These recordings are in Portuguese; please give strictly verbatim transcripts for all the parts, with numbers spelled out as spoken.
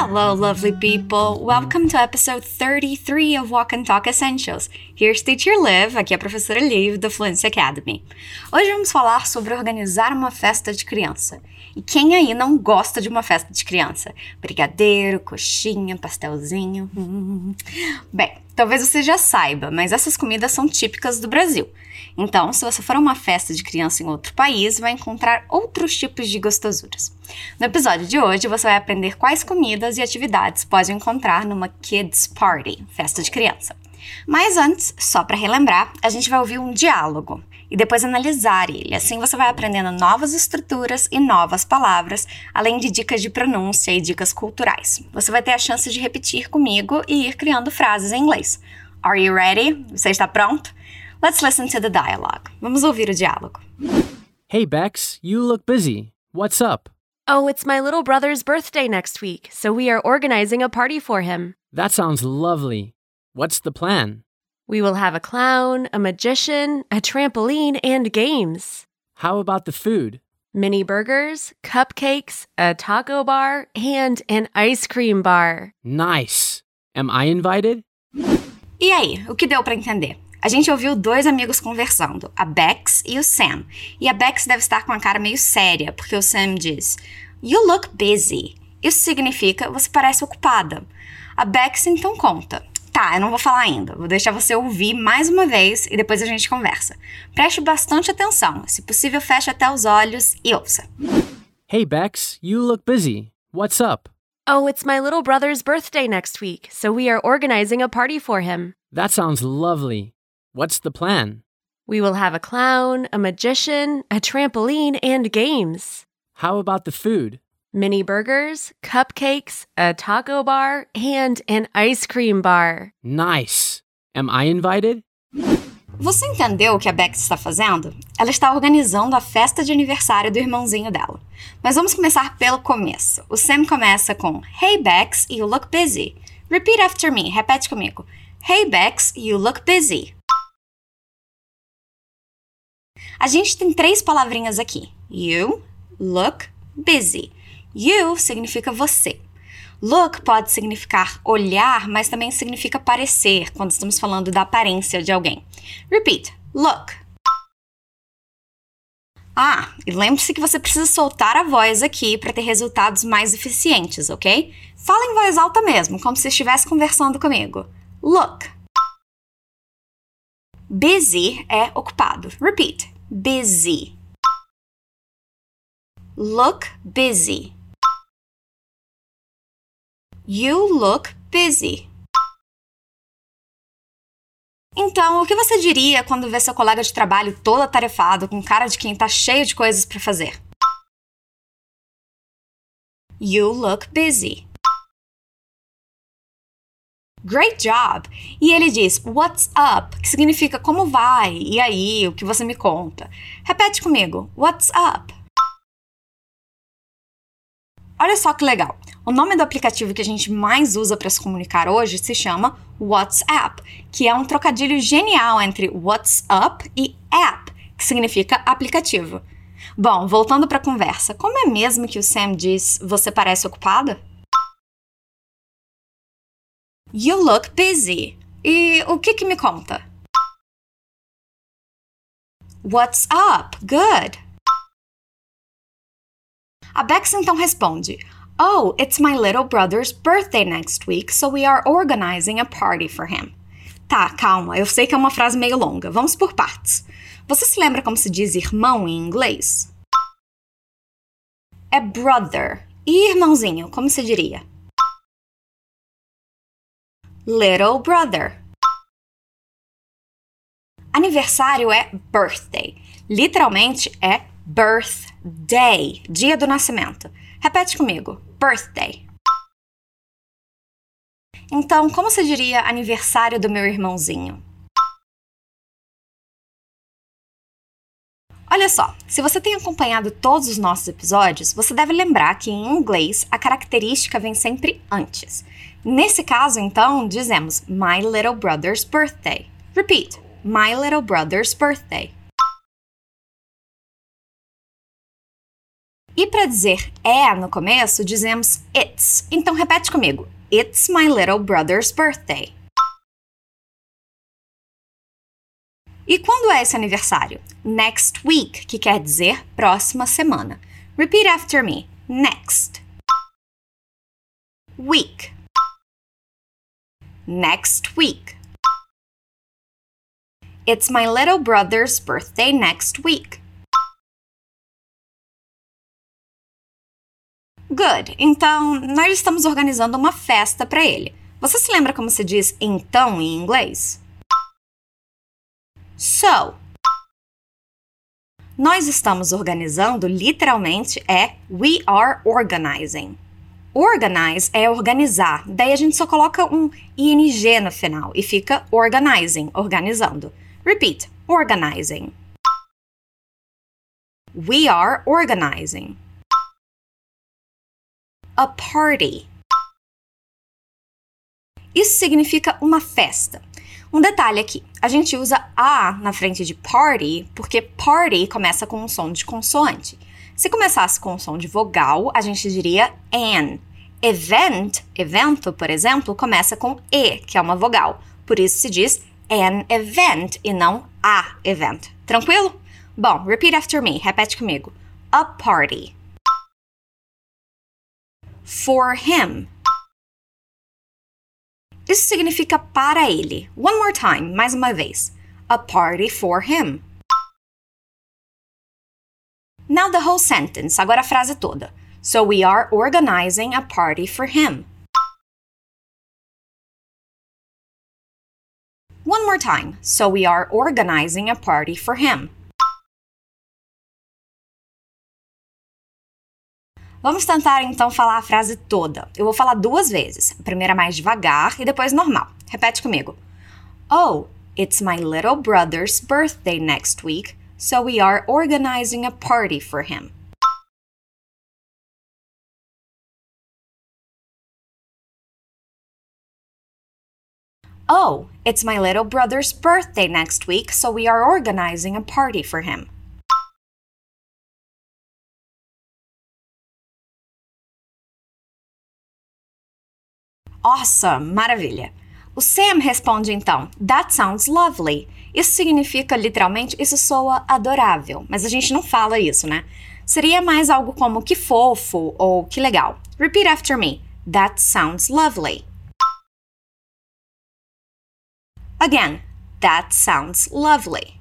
Hello, lovely people! Welcome to episode thirty-three of Walk and Talk Essentials. Here's Teacher Liv, aqui é a professora Liv, da Fluency Academy. Hoje vamos falar sobre organizar uma festa de criança. E quem aí não gosta de uma festa de criança? Brigadeiro, coxinha, pastelzinho... Hum. Bem, talvez você já saiba, mas essas comidas são típicas do Brasil. Então, se você for a uma festa de criança em outro país, vai encontrar outros tipos de gostosuras. No episódio de hoje, você vai aprender quais comidas e atividades pode encontrar numa Kids Party, festa de criança. Mas antes, só para relembrar, a gente vai ouvir um diálogo e depois analisar ele. Assim você vai aprendendo novas estruturas e novas palavras, além de dicas de pronúncia e dicas culturais. Você vai ter a chance de repetir comigo e ir criando frases em inglês. Are you ready? Você está pronto? Let's listen to the dialogue. Vamos ouvir o diálogo. Hey Bex, you look busy. What's up? Oh, it's my little brother's birthday next week, so we are organizing a party for him. That sounds lovely. What's the plan? We will have a clown, a magician, a trampoline, and games. How about the food? Mini burgers, cupcakes, a taco bar, and an ice cream bar. Nice. Am I invited? E aí, o que deu para entender? A gente ouviu dois amigos conversando, a Bex e o Sam. E a Bex deve estar com a cara meio séria, porque o Sam diz, You look busy. Isso significa, você parece ocupada. A Bex então conta. Tá, eu não vou falar ainda. Vou deixar você ouvir mais uma vez e depois a gente conversa. Preste bastante atenção. Se possível, feche até os olhos e ouça. Hey Bex, you look busy. What's up? Oh, it's my little brother's birthday next week, so we are organizing a party for him. That sounds lovely. What's the plan? We will have a clown, a magician, a trampoline, and games. How about the food? Mini burgers, cupcakes, a taco bar, and an ice cream bar. Nice. Am I invited? Você entendeu o que a Bex está fazendo? Ela está organizando a festa de aniversário do irmãozinho dela. Mas vamos começar pelo começo. O Sam começa com Hey Bex, you look busy. Repeat after me. Repete comigo. Hey Bex, you look busy. A gente tem três palavrinhas aqui. You, look, busy. You significa você. Look pode significar olhar, mas também significa parecer, quando estamos falando da aparência de alguém. Repeat. Look. Ah, e lembre-se que você precisa soltar a voz aqui para ter resultados mais eficientes, ok? Fala em voz alta mesmo, como se estivesse conversando comigo. Look. Busy é ocupado. Repeat. Busy. Look busy. You look busy. Então, o que você diria quando vê seu colega de trabalho todo atarefado, com cara de quem está cheio de coisas para fazer? You look busy. Great job! E ele diz, what's up? Que significa como vai? E aí, o que você me conta? Repete comigo, what's up? Olha só que legal. O nome do aplicativo que a gente mais usa para se comunicar hoje se chama WhatsApp, que é um trocadilho genial entre what's up e app, que significa aplicativo. Bom, voltando para a conversa, como é mesmo que o Sam diz, você parece ocupada? You look busy. E o que que me conta? What's up? Good. A Bex então responde, Oh, it's my little brother's birthday next week, so we are organizing a party for him. Tá, calma, eu sei que é uma frase meio longa. Vamos por partes. Você se lembra como se diz irmão em inglês? É brother. E irmãozinho, como se diria? Little brother. Aniversário é birthday. Literalmente é birthday, dia do nascimento. Repete comigo, birthday. Então, como se diria aniversário do meu irmãozinho? Olha só, se você tem acompanhado todos os nossos episódios, você deve lembrar que em inglês a característica vem sempre antes. Nesse caso, então, dizemos my little brother's birthday. Repeat, my little brother's birthday. E para dizer é no começo, dizemos it's. Então repete comigo. It's my little brother's birthday. E quando é esse aniversário? Next week, que quer dizer próxima semana. Repeat after me. Next week. Next week. It's my little brother's birthday next week. Good. Então, nós estamos organizando uma festa para ele. Você se lembra como se diz então em inglês? So. Nós estamos organizando, literalmente, é we are organizing. Organize é organizar. Daí a gente só coloca um ing no final e fica organizing, organizando. Repeat. Organizing. We are organizing. A party. Isso significa uma festa. Um detalhe aqui, a gente usa a na frente de party porque party começa com um som de consoante. Se começasse com um som de vogal, a gente diria an. Event, evento, por exemplo, começa com e, que é uma vogal. Por isso se diz an event e não a event. Tranquilo? Bom, repeat after me. Repete comigo. A party. For him. Isso significa para ele. One more time, mais uma vez. A party for him. Now the whole sentence, agora a frase toda. So we are organizing a party for him. One more time. So we are organizing a party for him. Vamos tentar então falar a frase toda. Eu vou falar duas vezes. A primeira mais devagar e depois normal. Repete comigo. Oh, it's my little brother's birthday next week, so we are organizing a party for him. Oh, it's my little brother's birthday next week, so we are organizing a party for him. Awesome! Maravilha! O Sam responde então, That sounds lovely. Isso significa, literalmente, isso soa adorável. Mas a gente não fala isso, né? Seria mais algo como que fofo ou que legal. Repeat after me. That sounds lovely. Again, that sounds lovely.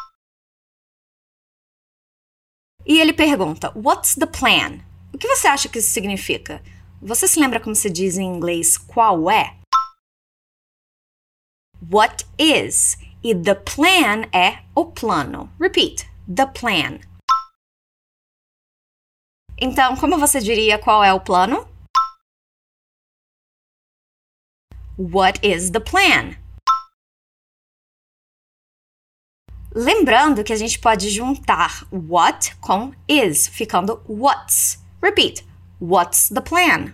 E ele pergunta, What's the plan? O que você acha que isso significa? Você se lembra como se diz em inglês qual é? What is? E the plan é o plano. Repeat. The plan. Então, como você diria qual é o plano? What is the plan? Lembrando que a gente pode juntar what com is, ficando what's. Repeat. What's the plan?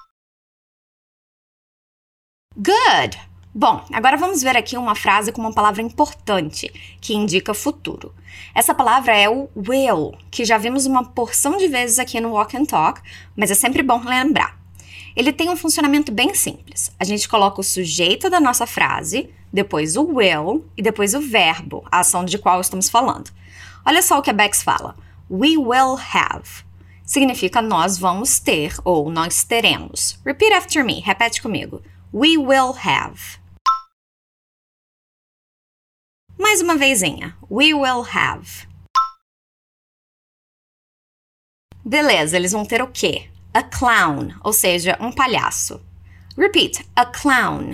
Good! Bom, agora vamos ver aqui uma frase com uma palavra importante, que indica futuro. Essa palavra é o will, que já vimos uma porção de vezes aqui no Walk and Talk, mas é sempre bom lembrar. Ele tem um funcionamento bem simples. A gente coloca o sujeito da nossa frase, depois o will e depois o verbo, a ação de qual estamos falando. Olha só o que a Bex fala. We will have. Significa nós vamos ter ou nós teremos. Repeat after me. Repete comigo. We will have. Mais uma vezinha. We will have. Beleza, eles vão ter o quê? A clown, ou seja, um palhaço. Repeat. A clown.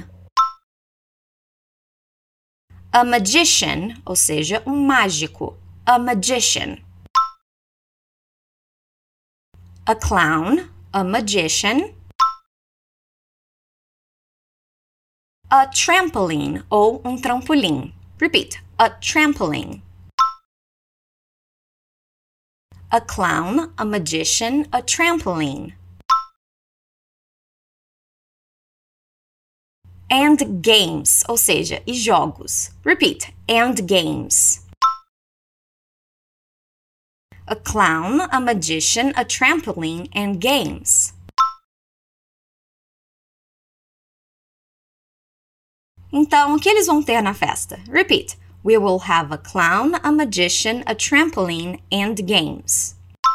A magician, ou seja, um mágico. A magician. A clown, a magician. A trampoline, ou um trampolim. Repeat. A trampoline. A clown, a magician, a trampoline. And games, ou seja, e jogos. Repeat. And games. A clown, a magician, a trampoline, and games. Então, o que eles vão ter na festa? Repeat. We will have a clown, a magician, a trampoline, and games.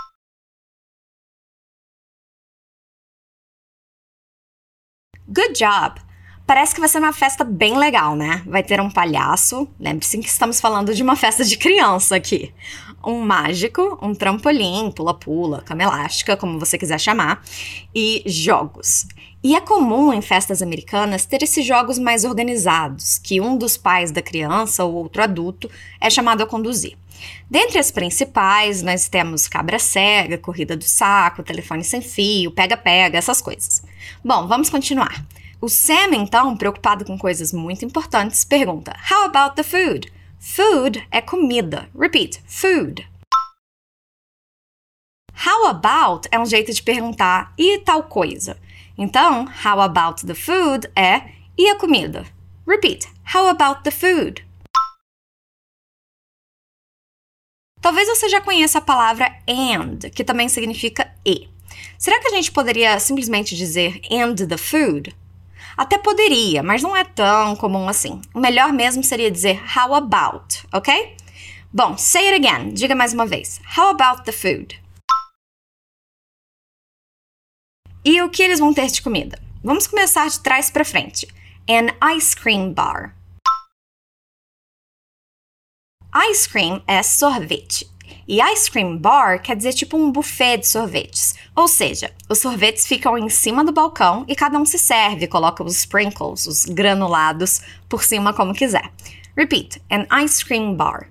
Good job! Parece que vai ser uma festa bem legal, né? Vai ter um palhaço, lembre-se que estamos falando de uma festa de criança aqui. Um mágico, um trampolim, pula-pula, cama elástica, como você quiser chamar, e jogos. E é comum em festas americanas ter esses jogos mais organizados, que um dos pais da criança ou outro adulto é chamado a conduzir. Dentre as principais, nós temos cabra cega, corrida do saco, telefone sem fio, pega-pega, essas coisas. Bom, vamos continuar. O Sam, então, preocupado com coisas muito importantes, pergunta: How about the food? Food é comida. Repeat, food. How about é um jeito de perguntar e tal coisa. Então, how about the food é e a comida. Repeat, how about the food? Talvez você já conheça a palavra and, que também significa e. Será que a gente poderia simplesmente dizer and the food? Até poderia, mas não é tão comum assim. O melhor mesmo seria dizer how about, ok? Bom, say it again. Diga mais uma vez. How about the food? E o que eles vão ter de comida? Vamos começar de trás para frente. An ice cream bar. Ice cream é sorvete. E ice cream bar quer dizer tipo um buffet de sorvetes. Ou seja, os sorvetes ficam em cima do balcão e cada um se serve, coloca os sprinkles, os granulados, por cima como quiser. Repeat, an ice cream bar.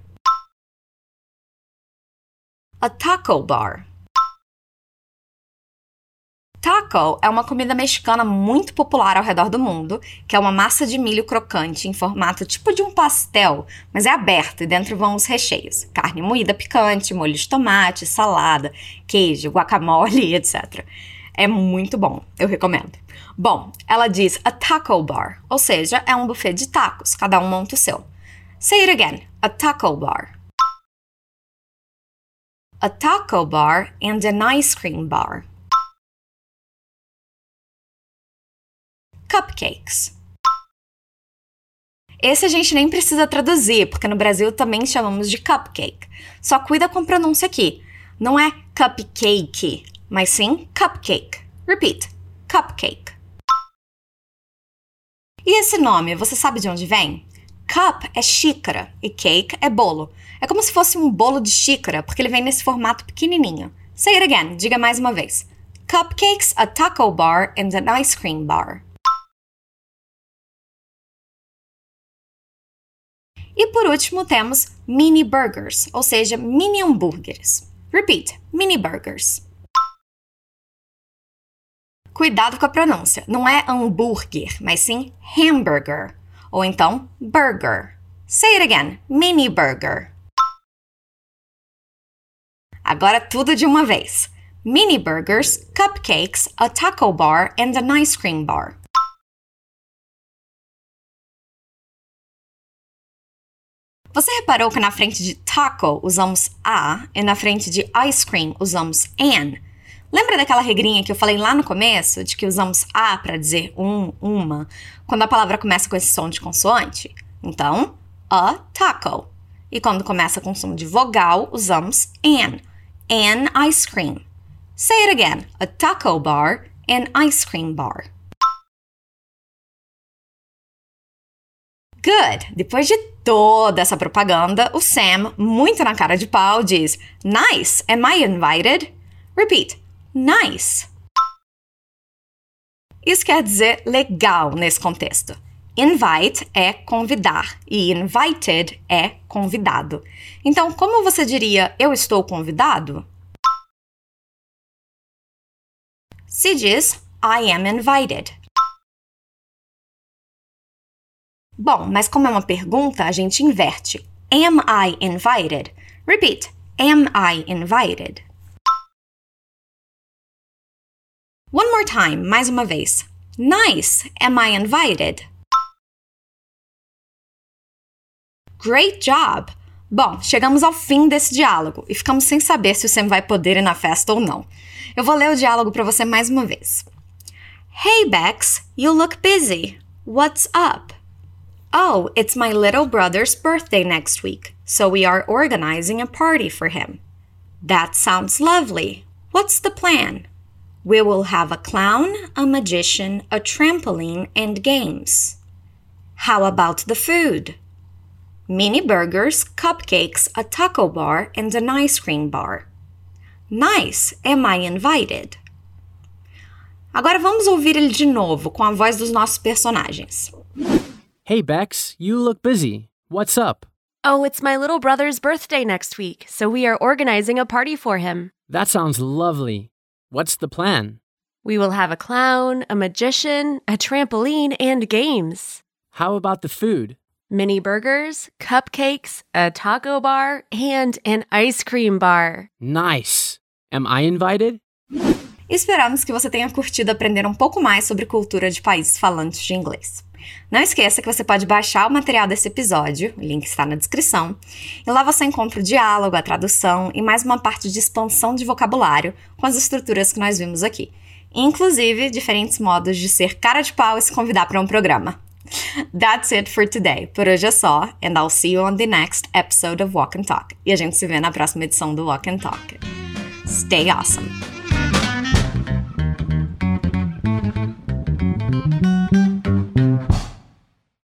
A taco bar. Taco é uma comida mexicana muito popular ao redor do mundo, que é uma massa de milho crocante em formato tipo de um pastel, mas é aberto e dentro vão os recheios. Carne moída picante, molho de tomate, salada, queijo, guacamole, etcétera. É muito bom, eu recomendo. Bom, ela diz a taco bar, ou seja, é um buffet de tacos, cada um monta o seu. Say it again, a taco bar. A taco bar and an ice cream bar. Cupcakes. Esse a gente nem precisa traduzir, porque no Brasil também chamamos de cupcake. Só cuida com a pronúncia aqui. Não é cupcake, mas sim cupcake. Repeat, cupcake. E esse nome, você sabe de onde vem? Cup é xícara e cake é bolo. É como se fosse um bolo de xícara, porque ele vem nesse formato pequenininho. Say it again, diga mais uma vez. Cupcakes, a taco bar and an ice cream bar. E por último temos mini burgers, ou seja, mini hambúrgueres. Repeat, mini burgers. Cuidado com a pronúncia, não é hambúrguer, mas sim hamburger, ou então burger. Say it again, mini burger. Agora tudo de uma vez. Mini burgers, cupcakes, a taco bar and an ice cream bar. Você reparou que na frente de taco usamos a e na frente de ice cream usamos an? Lembra daquela regrinha que eu falei lá no começo, de que usamos a para dizer um, uma, quando a palavra começa com esse som de consoante? Então, a taco. E quando começa com som de vogal, usamos an. An ice cream. Say it again. A taco bar, an ice cream bar. Good! Depois de toda essa propaganda, o Sam, muito na cara de pau, diz Nice! Am I invited? Repeat. Nice! Isso quer dizer legal nesse contexto. Invite é convidar e invited é convidado. Então, como você diria eu estou convidado? Se diz I am invited. Bom, mas como é uma pergunta, a gente inverte. Am I invited? Repeat. Am I invited? One more time, mais uma vez. Nice. Am I invited? Great job! Bom, chegamos ao fim desse diálogo e ficamos sem saber se o Sam vai poder ir na festa ou não. Eu vou ler o diálogo para você mais uma vez. Hey Bex, you look busy. What's up? Oh, it's my little brother's birthday next week, so we are organizing a party for him. That sounds lovely. What's the plan? We will have a clown, a magician, a trampoline, and games. How about the food? Mini burgers, cupcakes, a taco bar, and an ice cream bar. Nice! Am I invited? Agora vamos ouvir ele de novo, com a voz dos nossos personagens. Hey Bex, you look busy. What's up? Oh, it's my little brother's birthday next week, so we are organizing a party for him. That sounds lovely. What's the plan? We will have a clown, a magician, a trampoline, and games. How about the food? Mini burgers, cupcakes, a taco bar, and an ice cream bar. Nice! Am I invited? Esperamos que você tenha curtido aprender um pouco mais sobre cultura de países falantes de inglês. Não esqueça que você pode baixar o material desse episódio, o link está na descrição, e lá você encontra o diálogo, a tradução e mais uma parte de expansão de vocabulário com as estruturas que nós vimos aqui. Inclusive, diferentes modos de ser cara de pau e se convidar para um programa. That's it for today. Por hoje é só, and I'll see you on the next episode of Walk and Talk. E a gente se vê na próxima edição do Walk and Talk. Stay awesome!